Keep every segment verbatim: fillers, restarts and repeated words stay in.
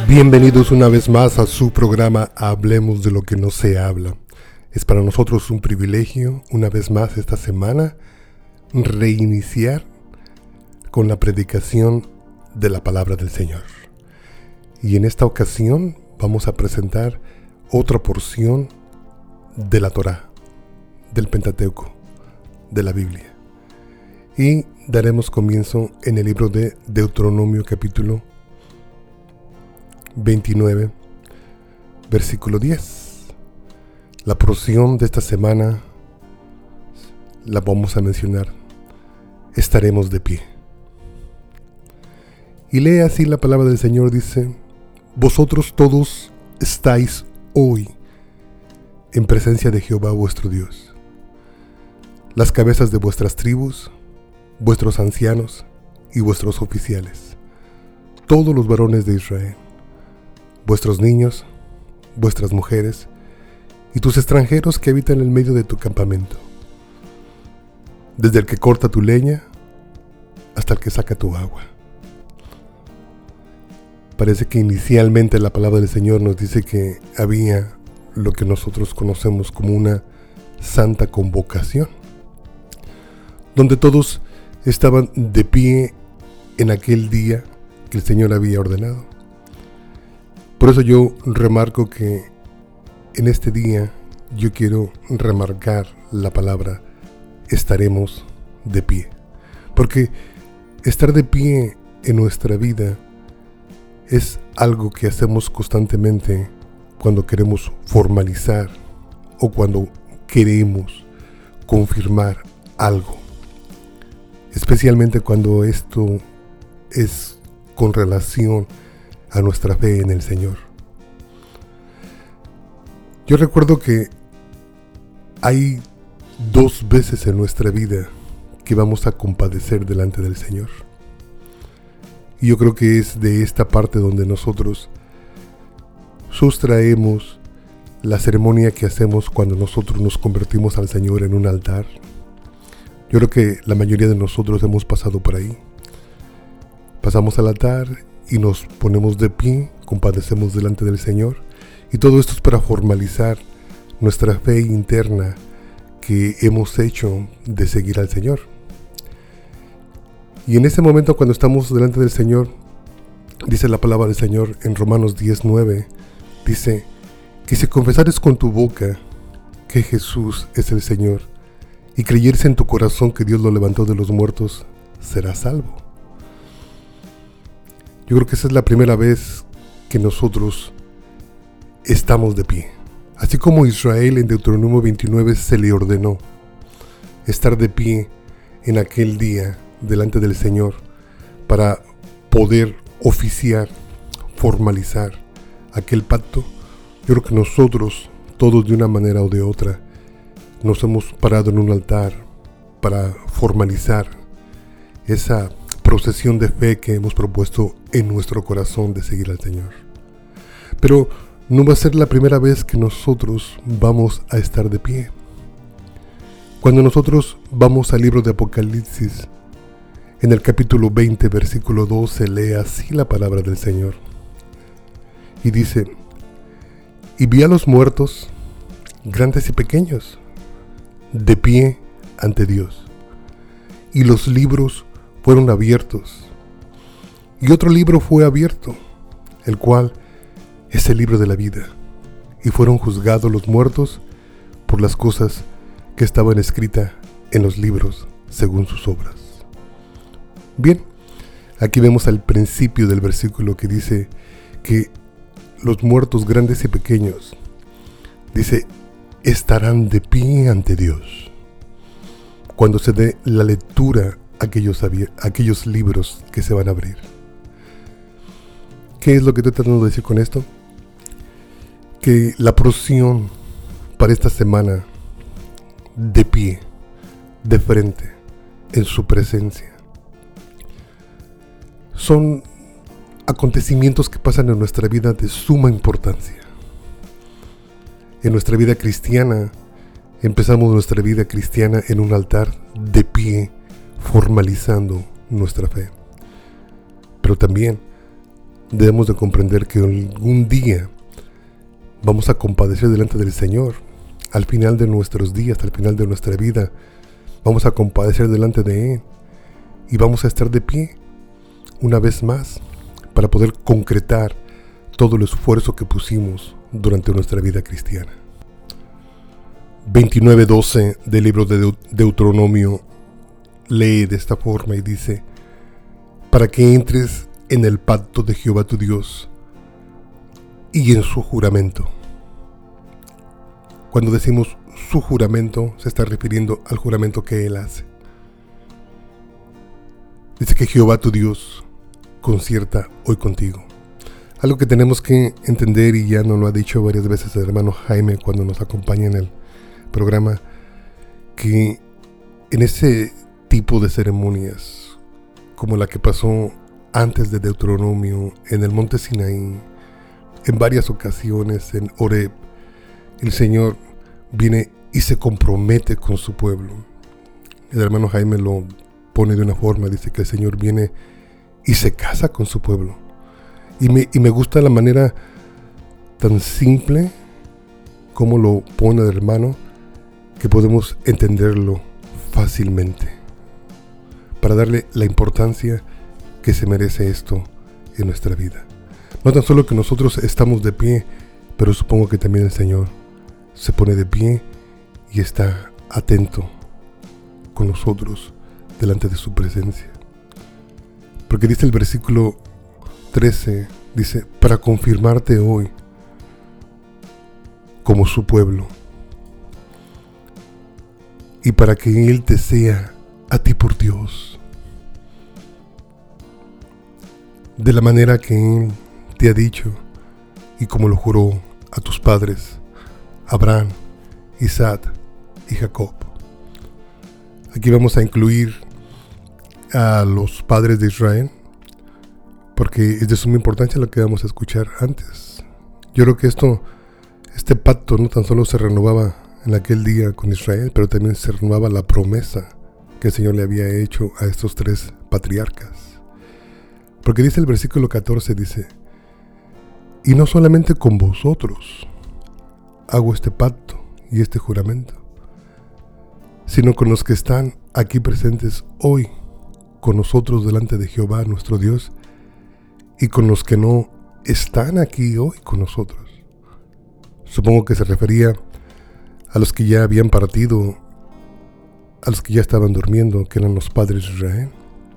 Bienvenidos una vez más a su programa Hablemos de lo que no se habla. Es para nosotros un privilegio, una vez más esta semana, reiniciar con la predicación de la palabra del Señor. Y en esta ocasión vamos a presentar otra porción de la Torá, del Pentateuco, de la Biblia. Y daremos comienzo en el libro de Deuteronomio capítulo veintinueve, versículo diez. La porción de esta semana la vamos a mencionar. Estaremos de pie. Y lee así la palabra del Señor, dice: vosotros todos estáis hoy en presencia de Jehová vuestro Dios. Las cabezas de vuestras tribus, vuestros ancianos y vuestros oficiales, todos los varones de Israel, vuestros niños, vuestras mujeres y tus extranjeros que habitan en el medio de tu campamento, desde el que corta tu leña hasta el que saca tu agua. Parece que inicialmente la palabra del Señor nos dice que había lo que nosotros conocemos como una santa convocación, donde todos estaban de pie en aquel día que el Señor había ordenado. Por eso yo remarco que en este día yo quiero remarcar la palabra estaremos de pie. Porque estar de pie en nuestra vida es algo que hacemos constantemente cuando queremos formalizar o cuando queremos confirmar algo. Especialmente cuando esto es con relación a nuestra fe en el Señor. Yo recuerdo que hay dos veces en nuestra vida que vamos a compadecer delante del Señor. Y yo creo que es de esta parte donde nosotros sustraemos la ceremonia que hacemos cuando nosotros nos convertimos al Señor en un altar. Yo creo que la mayoría de nosotros hemos pasado por ahí. Pasamos al altar y nos ponemos de pie, compadecemos delante del Señor. Y todo esto es para formalizar nuestra fe interna que hemos hecho de seguir al Señor. Y en ese momento, cuando estamos delante del Señor, dice la palabra del Señor en Romanos diez nueve, dice que si confesares con tu boca que Jesús es el Señor y creyeres en tu corazón que Dios lo levantó de los muertos, serás salvo. Yo creo que esa es la primera vez que nosotros estamos de pie. Así como Israel en Deuteronomio veintinueve se le ordenó estar de pie en aquel día delante del Señor para poder oficiar, formalizar aquel pacto. Yo creo que nosotros, todos de una manera o de otra, nos hemos parado en un altar para formalizar esa procesión de fe que hemos propuesto en nuestro corazón de seguir al Señor. Pero no va a ser la primera vez que nosotros vamos a estar de pie. Cuando nosotros vamos al libro de Apocalipsis, en el capítulo veinte, versículo doce, lee así la palabra del Señor. Y dice: y vi a los muertos, grandes y pequeños, de pie ante Dios. Y los libros fueron abiertos. Y otro libro fue abierto, el cual es el libro de la vida. Y fueron juzgados los muertos por las cosas que estaban escritas en los libros según sus obras. Bien, aquí vemos al principio del versículo que dice que los muertos grandes y pequeños, dice, estarán de pie ante Dios cuando se dé la lectura a aquellos, aquellos libros que se van a abrir. ¿Qué es lo que estoy tratando de decir con esto? Que la porción para esta semana, de pie, de frente, en su presencia, son acontecimientos que pasan en nuestra vida de suma importancia. En nuestra vida cristiana, empezamos nuestra vida cristiana en un altar de pie, formalizando nuestra fe. Pero también debemos de comprender que algún día vamos a compadecer delante del Señor. Al final de nuestros días, al final de nuestra vida, vamos a compadecer delante de Él y vamos a estar de pie una vez más para poder concretar todo el esfuerzo que pusimos durante nuestra vida cristiana. veintinueve doce del libro de Deuteronomio lee de esta forma y dice: para que entres en el pacto de Jehová tu Dios y en su juramento. Cuando decimos su juramento, se está refiriendo al juramento que Él hace. Dice que Jehová tu Dios concierta hoy contigo. Algo que tenemos que entender, y ya nos lo ha dicho varias veces el hermano Jaime cuando nos acompaña en el programa, que en ese tipo de ceremonias, como la que pasó antes de Deuteronomio, en el monte Sinaí, en varias ocasiones, en Horeb, el Señor viene y se compromete con su pueblo. El hermano Jaime lo pone de una forma, dice que el Señor viene y se casa con su pueblo. Y me, y me gusta la manera tan simple como lo pone el hermano, que podemos entenderlo fácilmente, para darle la importancia que se merece esto en nuestra vida. No tan solo que nosotros estamos de pie, pero supongo que también el Señor se pone de pie y está atento con nosotros delante de su presencia. Porque dice el versículo trece, dice: para confirmarte hoy como su pueblo y para que Él te sea a ti por Dios, de la manera que Él te ha dicho y como lo juró a tus padres, Abraham, Isaac y Jacob. Aquí vamos a incluir a los padres de Israel, porque es de suma importancia lo que vamos a escuchar antes. Yo creo que esto, este pacto no tan solo se renovaba en aquel día con Israel, pero también se renovaba la promesa que el Señor le había hecho a estos tres patriarcas. Porque dice el versículo catorce, dice: y no solamente con vosotros hago este pacto y este juramento, sino con los que están aquí presentes hoy con nosotros delante de Jehová nuestro Dios, y con los que no están aquí hoy con nosotros. Supongo que se refería a los que ya habían partido, a los que ya estaban durmiendo, que eran los padres de Israel.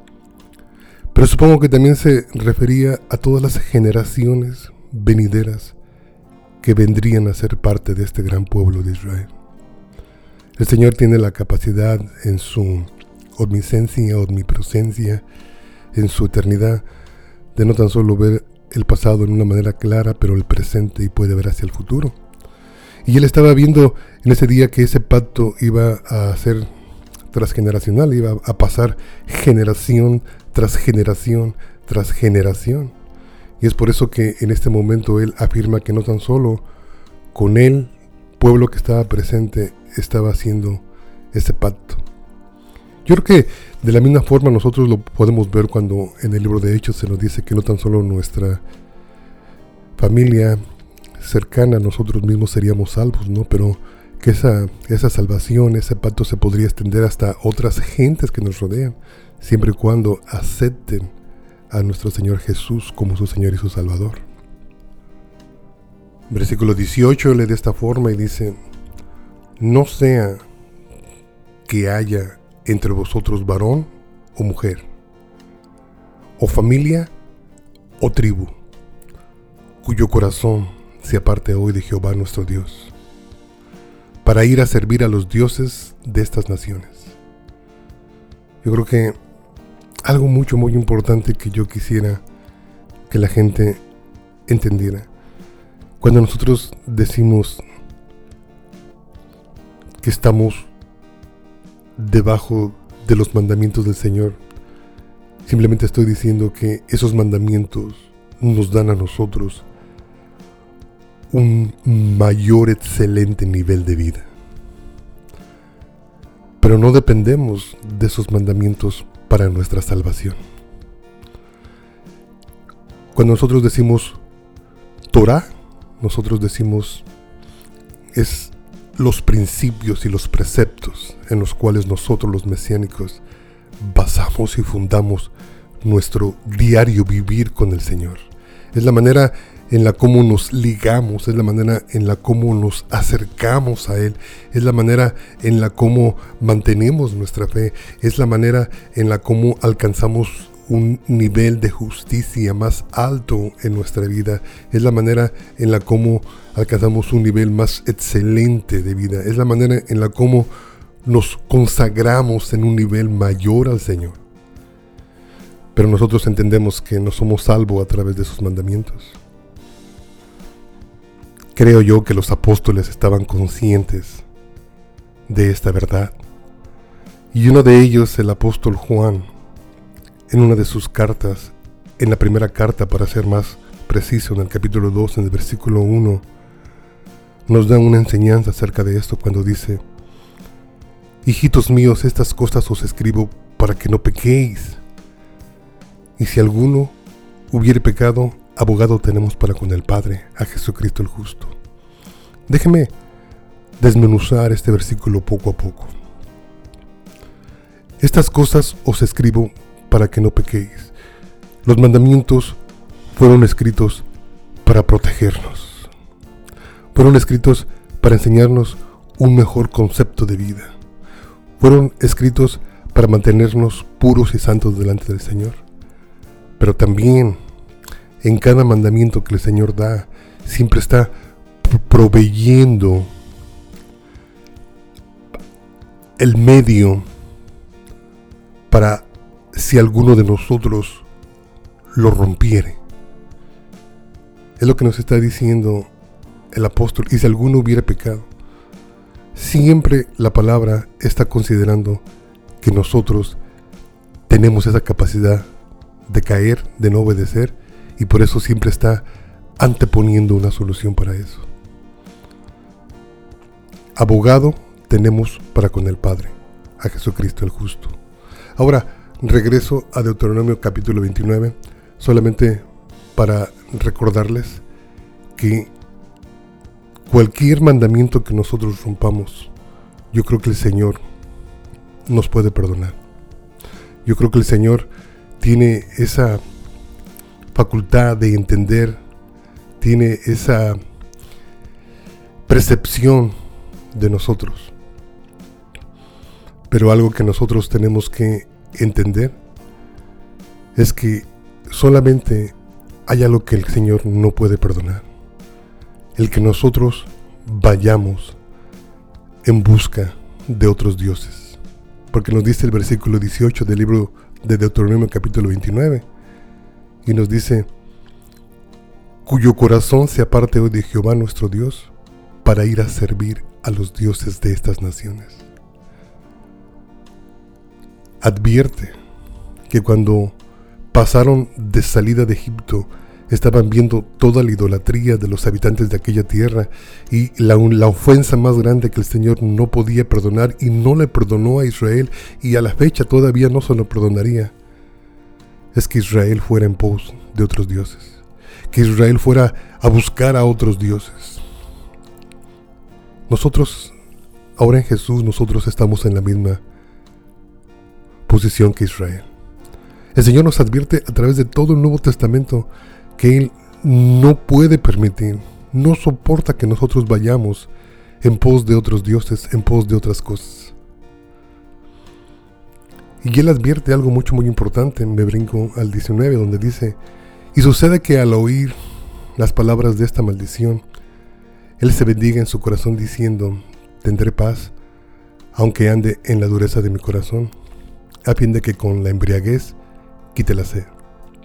Pero supongo que también se refería a todas las generaciones venideras que vendrían a ser parte de este gran pueblo de Israel. El Señor tiene la capacidad, en su omnisciencia, omnipresencia, en su eternidad, de no tan solo ver el pasado en una manera clara, pero el presente, y puede ver hacia el futuro. Y Él estaba viendo en ese día que ese pacto iba a ser transgeneracional, iba a pasar generación tras generación tras generación. Y es por eso que en este momento Él afirma que no tan solo con el pueblo que estaba presente estaba haciendo ese pacto. Yo creo que de la misma forma nosotros lo podemos ver cuando en el libro de Hechos se nos dice que no tan solo nuestra familia cercana a nosotros mismos seríamos salvos, ¿no? Pero que esa, esa salvación, ese pacto se podría extender hasta otras gentes que nos rodean, siempre y cuando acepten a nuestro Señor Jesús como su Señor y su Salvador. Versículo dieciocho lee de esta forma y dice: no sea que haya entre vosotros varón o mujer, o familia o tribu, cuyo corazón se aparte hoy de Jehová nuestro Dios, para ir a servir a los dioses de estas naciones. Yo creo que algo mucho muy importante que yo quisiera que la gente entendiera, cuando nosotros decimos que estamos debajo de los mandamientos del Señor, simplemente estoy diciendo que esos mandamientos nos dan a nosotros un mayor, excelente nivel de vida. Pero no dependemos de esos mandamientos para nuestra salvación. Cuando nosotros decimos Torah, nosotros decimos es los principios y los preceptos en los cuales nosotros los mesiánicos basamos y fundamos nuestro diario vivir con el Señor. Es la manera en la cómo nos ligamos, es la manera en la cómo nos acercamos a Él, es la manera en la cómo mantenemos nuestra fe, es la manera en la cómo alcanzamos un nivel de justicia más alto en nuestra vida, es la manera en la cómo alcanzamos un nivel más excelente de vida, es la manera en la cómo nos consagramos en un nivel mayor al Señor. Pero nosotros entendemos que no somos salvos a través de sus mandamientos. Creo yo que los apóstoles estaban conscientes de esta verdad. Y uno de ellos, el apóstol Juan, en una de sus cartas, en la primera carta, para ser más preciso, en el capítulo dos, en el versículo uno, nos da una enseñanza acerca de esto cuando dice: hijitos míos, estas cosas os escribo para que no pequéis. Y si alguno hubiere pecado, abogado tenemos para con el Padre, a Jesucristo el justo. Déjeme desmenuzar este versículo poco a poco. Estas cosas os escribo para que no pequéis. Los mandamientos fueron escritos para protegernos. Fueron escritos para enseñarnos un mejor concepto de vida. Fueron escritos para mantenernos puros y santos delante del Señor. Pero también en cada mandamiento que el Señor da, siempre está proveyendo el medio para si alguno de nosotros lo rompiere. Es lo que nos está diciendo el apóstol. Y si alguno hubiera pecado, siempre la palabra está considerando que nosotros tenemos esa capacidad de caer, de no obedecer, y por eso siempre está anteponiendo una solución para eso. Abogado tenemos para con el Padre, a Jesucristo el justo. Ahora regreso a Deuteronomio capítulo veintinueve, solamente para recordarles que cualquier mandamiento que nosotros rompamos, yo creo que el Señor nos puede perdonar. Yo creo que el Señor tiene esa facultad de entender, tiene esa percepción de nosotros. Pero algo que nosotros tenemos que entender es que solamente hay algo que el Señor no puede perdonar: el que nosotros vayamos en busca de otros dioses. Porque nos dice el versículo dieciocho del libro de Deuteronomio capítulo veintinueve, y nos dice: cuyo corazón se aparte hoy de Jehová nuestro Dios para ir a servir a los dioses de estas naciones. Advierte que cuando pasaron de salida de Egipto, estaban viendo toda la idolatría de los habitantes de aquella tierra, y la, la ofensa más grande que el Señor no podía perdonar y no le perdonó a Israel, y a la fecha todavía no se lo perdonaría, es que Israel fuera en pos de otros dioses, que Israel fuera a buscar a otros dioses. Nosotros, ahora en Jesús, nosotros estamos en la misma posición que Israel. El Señor nos advierte a través de todo el Nuevo Testamento que Él no puede permitir, no soporta que nosotros vayamos en pos de otros dioses, en pos de otras cosas. Y Él advierte algo mucho muy importante. Me brinco al diecinueve, donde dice: y sucede que al oír las palabras de esta maldición, Él se bendiga en su corazón diciendo: tendré paz, aunque ande en la dureza de mi corazón, a fin de que con la embriaguez quite la sed.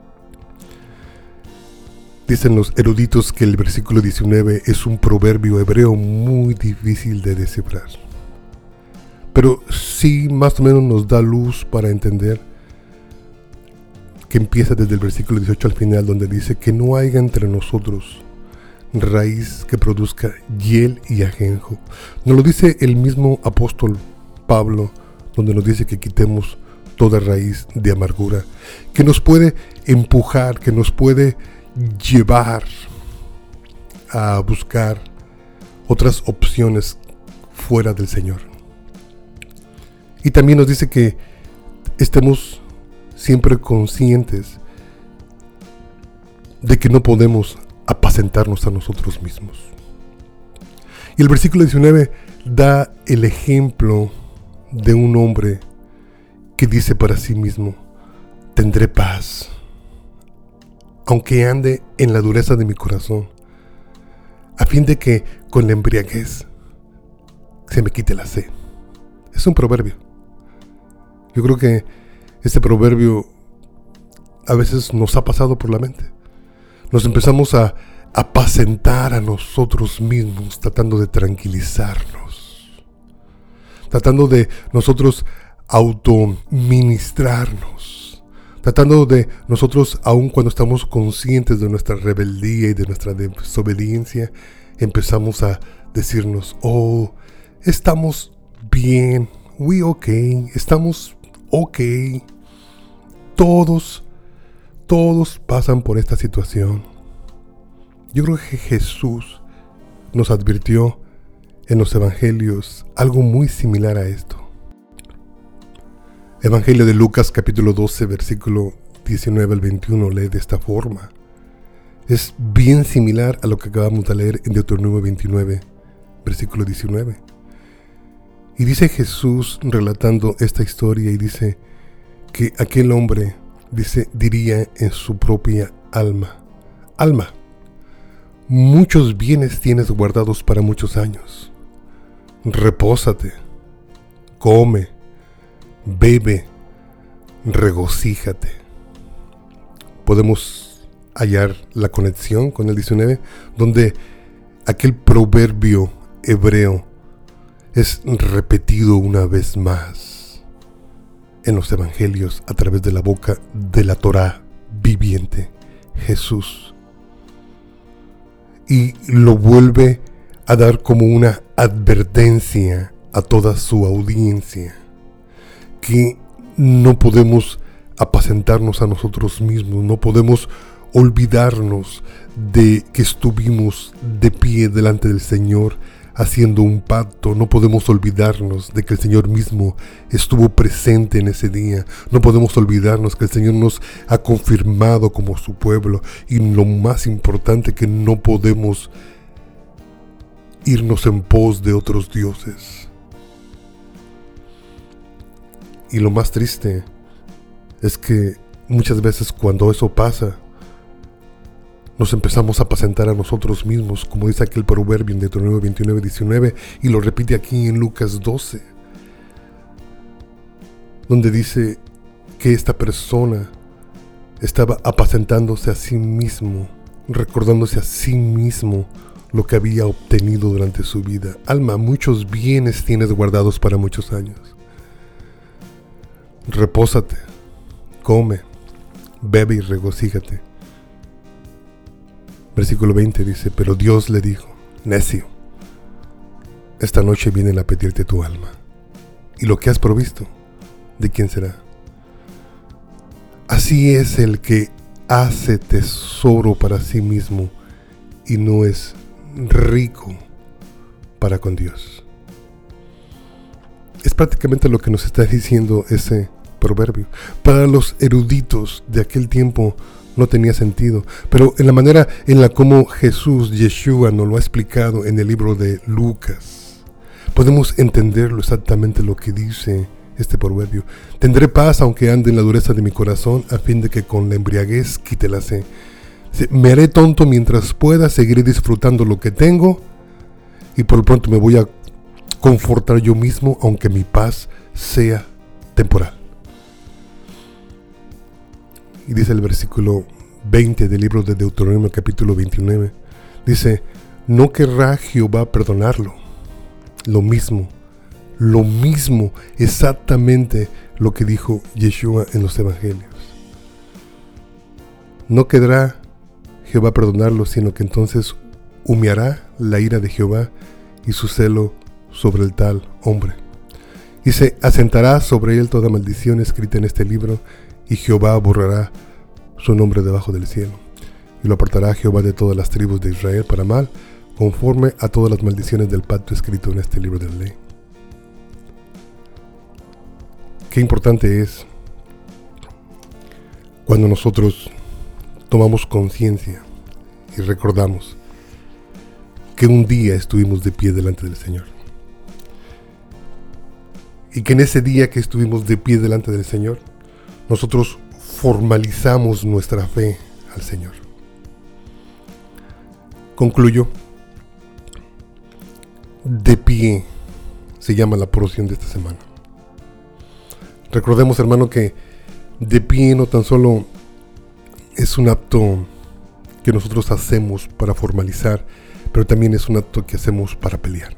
Dicen los eruditos que el versículo diecinueve es un proverbio hebreo muy difícil de descifrar, pero sí más o menos nos da luz para entender que empieza desde el versículo dieciocho al final, donde dice: que no haya entre nosotros raíz que produzca hiel y ajenjo. Nos lo dice el mismo apóstol Pablo, donde nos dice que quitemos toda raíz de amargura, que nos puede empujar, que nos puede llevar a buscar otras opciones fuera del Señor. Y también nos dice que estemos siempre conscientes de que no podemos apacentarnos a nosotros mismos. Y el versículo diecinueve da el ejemplo de un hombre que dice para sí mismo: tendré paz, aunque ande en la dureza de mi corazón, a fin de que con la embriaguez se me quite la sed. Es un proverbio. Yo creo que este proverbio a veces nos ha pasado por la mente. Nos empezamos a apacentar a nosotros mismos, tratando de tranquilizarnos, tratando de nosotros autoministrarnos, tratando de nosotros, aun cuando estamos conscientes de nuestra rebeldía y de nuestra desobediencia, empezamos a decirnos: oh, estamos bien, we okay, estamos ok, todos, todos pasan por esta situación. Yo creo que Jesús nos advirtió en los evangelios algo muy similar a esto. Evangelio de Lucas capítulo doce versículo diecinueve al veintiuno lee de esta forma. Es bien similar a lo que acabamos de leer en Deuteronomio veintinueve versículo diecinueve. Y dice Jesús relatando esta historia, y dice que aquel hombre, dice, diría en su propia alma: alma, muchos bienes tienes guardados para muchos años. Repósate, come, bebe, regocíjate. Podemos hallar la conexión con el diecinueve, donde aquel proverbio hebreo es repetido una vez más en los evangelios a través de la boca de la Torá viviente, Jesús. Y lo vuelve a dar como una advertencia a toda su audiencia, que no podemos apacentarnos a nosotros mismos, no podemos olvidarnos de que estuvimos de pie delante del Señor haciendo un pacto. No podemos olvidarnos de que el Señor mismo estuvo presente en ese día. No podemos olvidarnos que el Señor nos ha confirmado como su pueblo. Y lo más importante, que no podemos irnos en pos de otros dioses. Y lo más triste es que muchas veces cuando eso pasa, nos empezamos a apacentar a nosotros mismos, como dice aquel proverbio en Deuteronomio veintinueve diecinueve, y lo repite aquí en Lucas doce, donde dice que esta persona estaba apacentándose a sí mismo, recordándose a sí mismo lo que había obtenido durante su vida. Alma, muchos bienes tienes guardados para muchos años. Repósate, come, bebe y regocíjate. Versículo veinte dice: pero Dios le dijo: necio, esta noche vienen a pedirte tu alma, y lo que has provisto, ¿de quién será? Así es el que hace tesoro para sí mismo y no es rico para con Dios. Es prácticamente lo que nos está diciendo ese proverbio. Para los eruditos de aquel tiempo no tenía sentido, pero en la manera en la como Jesús, Yeshua, nos lo ha explicado en el libro de Lucas, podemos entenderlo exactamente lo que dice este proverbio. Tendré paz aunque ande en la dureza de mi corazón, a fin de que con la embriaguez quite la sed. Me haré tonto mientras pueda, seguiré disfrutando lo que tengo, y por lo pronto me voy a confortar yo mismo, aunque mi paz sea temporal. Y dice el versículo veinte del libro de Deuteronomio capítulo veintinueve, dice: no querrá Jehová perdonarlo. Lo mismo, lo mismo, exactamente lo que dijo Yeshua en los evangelios. No querrá Jehová perdonarlo, sino que entonces humeará la ira de Jehová y su celo sobre el tal hombre. Y se asentará sobre él toda maldición escrita en este libro, y Jehová borrará su nombre debajo del cielo. y lo apartará Jehová de todas las tribus de Israel para mal, conforme a todas las maldiciones del pacto escrito en este libro de la ley. Qué importante es cuando nosotros tomamos conciencia y recordamos que un día estuvimos de pie delante del Señor. Y que en ese día que estuvimos de pie delante del Señor, nosotros formalizamos nuestra fe al Señor. Concluyo. De pie se llama la porción de esta semana. Recordemos, hermano, que de pie no tan solo es un acto que nosotros hacemos para formalizar, pero también es un acto que hacemos para pelear.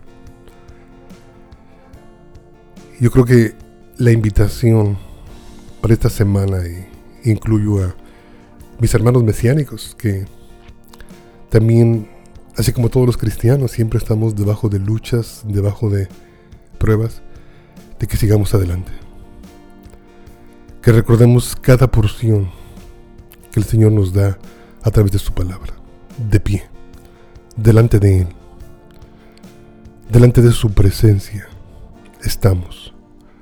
Yo creo que la invitación para esta semana, e incluyo a mis hermanos mesiánicos, que también, así como todos los cristianos, siempre estamos debajo de luchas, debajo de pruebas, de que sigamos adelante. Que recordemos cada porción que el Señor nos da a través de su palabra, de pie, delante de Él, delante de su presencia, estamos.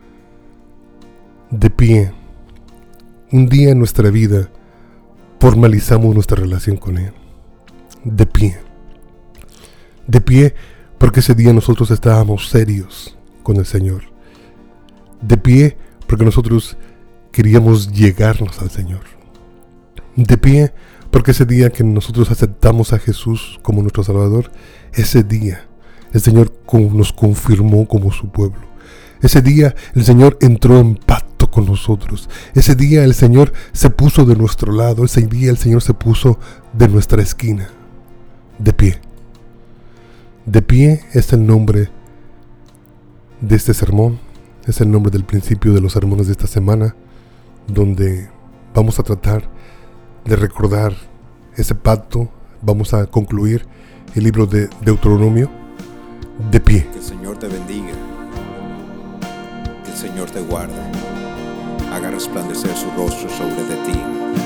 De pie, un día en nuestra vida formalizamos nuestra relación con Él. De pie. De pie porque ese día nosotros estábamos serios con el Señor. De pie porque nosotros queríamos llegarnos al Señor. De pie porque ese día que nosotros aceptamos a Jesús como nuestro Salvador, ese día el Señor nos confirmó como su pueblo. Ese día el Señor entró en pacto con nosotros. Ese día el Señor se puso de nuestro lado. Ese día el Señor se puso de nuestra esquina. De pie. De pie es el nombre de este sermón. Es el nombre del principio de los sermones de esta semana, donde vamos a tratar de recordar ese pacto. Vamos a concluir el libro de Deuteronomio. De pie. Que el Señor te bendiga. Que el Señor te guarde. Haga resplandecer su rostro sobre de ti.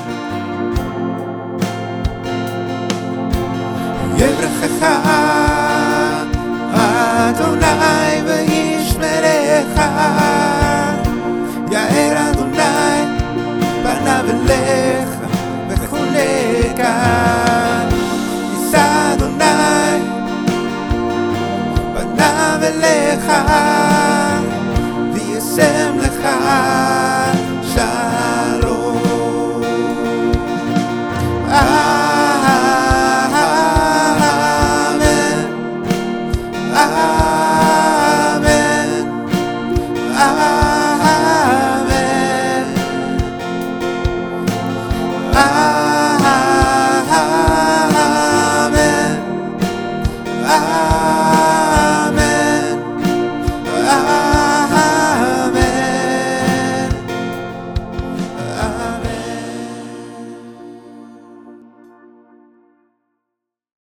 יברכך אדוני וישמרך, יאר אדוני פניו אליך וחונקה.